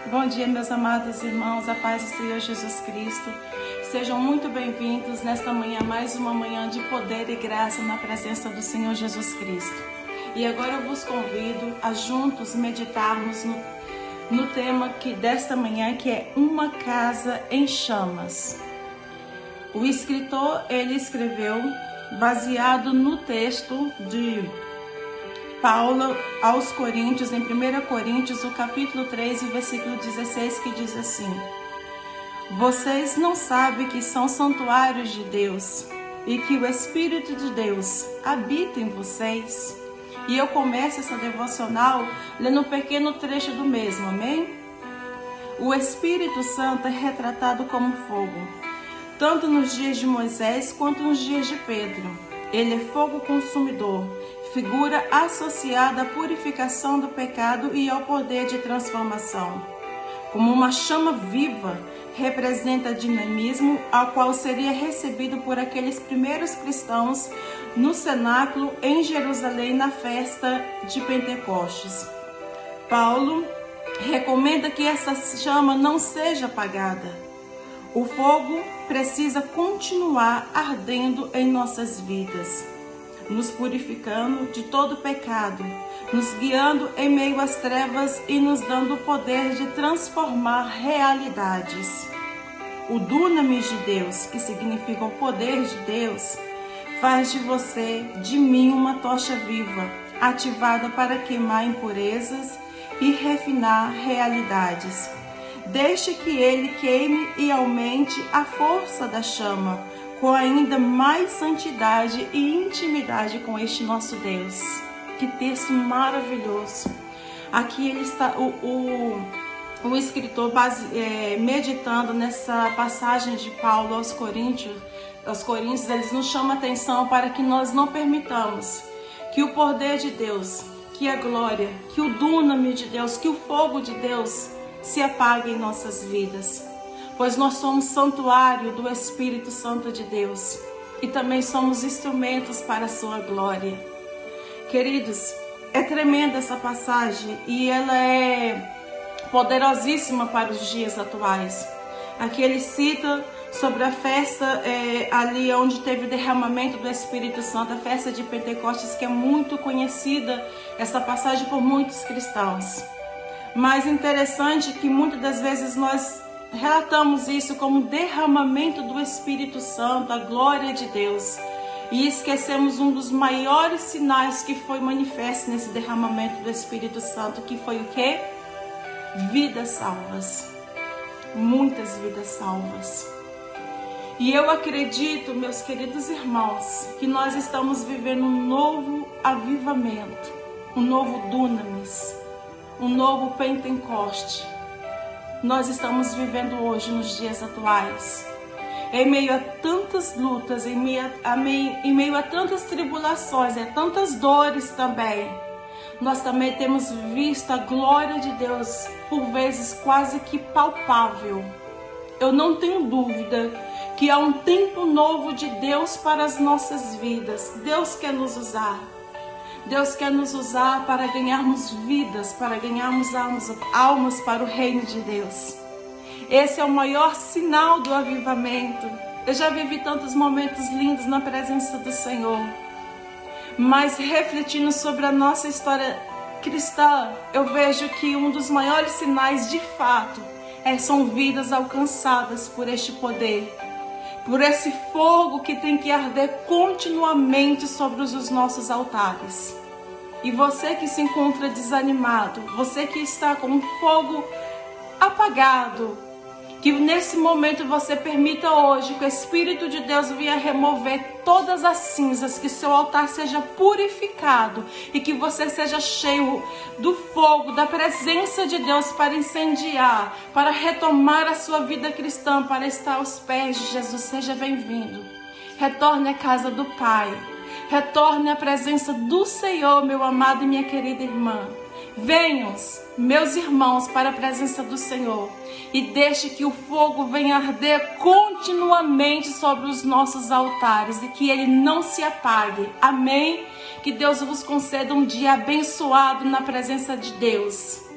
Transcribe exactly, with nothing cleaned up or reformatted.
Bom dia, meus amados irmãos, a paz do Senhor Jesus Cristo. Sejam muito bem-vindos nesta manhã, mais uma manhã de poder e graça na presença do Senhor Jesus Cristo. E agora eu vos convido a juntos meditarmos no, no tema que, desta manhã, que é Uma Casa em Chamas. O escritor, ele escreveu baseado no texto de Paulo aos Coríntios, em primeira Coríntios, o capítulo três, e versículo dezesseis, que diz assim: Vocês não sabem que são santuários de Deus e que o Espírito de Deus habita em vocês? E eu começo essa devocional lendo um pequeno trecho do mesmo, amém? O Espírito Santo é retratado como fogo, tanto nos dias de Moisés quanto nos dias de Pedro. Ele é fogo consumidor, figura associada à purificação do pecado e ao poder de transformação. Como uma chama viva, representa dinamismo, ao qual seria recebido por aqueles primeiros cristãos no cenáculo em Jerusalém na festa de Pentecostes. Paulo recomenda que essa chama não seja apagada. O fogo precisa continuar ardendo em nossas vidas, nos purificando de todo pecado, nos guiando em meio às trevas e nos dando o poder de transformar realidades. O dunamis de Deus, que significa o poder de Deus, faz de você, de mim, uma tocha viva, ativada para queimar impurezas e refinar realidades. Deixe que ele queime e aumente a força da chama, com ainda mais santidade e intimidade com este nosso Deus. Que texto maravilhoso! Aqui ele está, o, o, o escritor base, é, meditando nessa passagem de Paulo aos Coríntios, aos Coríntios, eles nos chamam a atenção para que nós não permitamos que o poder de Deus, que a glória, que o dunamis de Deus, que o fogo de Deus se apague em nossas vidas. Pois nós somos santuário do Espírito Santo de Deus e também somos instrumentos para a sua glória. Queridos, é tremenda essa passagem e ela é poderosíssima para os dias atuais. Aqui ele cita sobre a festa é, ali onde teve o derramamento do Espírito Santo, a festa de Pentecostes, que é muito conhecida, essa passagem, por muitos cristãos. Mas interessante que muitas das vezes nós relatamos isso como derramamento do Espírito Santo, a glória de Deus, e esquecemos um dos maiores sinais que foi manifesto nesse derramamento do Espírito Santo, que foi o quê? Vidas salvas. Muitas vidas salvas. E eu acredito, meus queridos irmãos, que nós estamos vivendo um novo avivamento, um novo dunamis, um novo Pentecoste. Nós estamos vivendo hoje, nos dias atuais, em meio a tantas lutas, em meio a, a meio, em meio a tantas tribulações, a tantas dores também. Nós também temos visto a glória de Deus, por vezes quase que palpável. Eu não tenho dúvida que há um tempo novo de Deus para as nossas vidas. Deus quer nos usar. Deus quer nos usar para ganharmos vidas, para ganharmos almas, almas para o reino de Deus. Esse é o maior sinal do avivamento. Eu já vivi tantos momentos lindos na presença do Senhor. Mas refletindo sobre a nossa história cristã, eu vejo que um dos maiores sinais de fato é, são vidas alcançadas por este poder, por esse fogo que tem que arder continuamente sobre os nossos altares. E você que se encontra desanimado, você que está com um fogo apagado, que nesse momento você permita hoje que o Espírito de Deus venha remover todas as cinzas, que seu altar seja purificado e que você seja cheio do fogo, da presença de Deus para incendiar, para retomar a sua vida cristã, para estar aos pés de Jesus. Seja bem-vindo. Retorne à casa do Pai. Retorne à presença do Senhor, meu amado e minha querida irmã. Venham, meus irmãos, para a presença do Senhor e deixe que o fogo venha arder continuamente sobre os nossos altares e que ele não se apague. Amém? Que Deus vos conceda um dia abençoado na presença de Deus.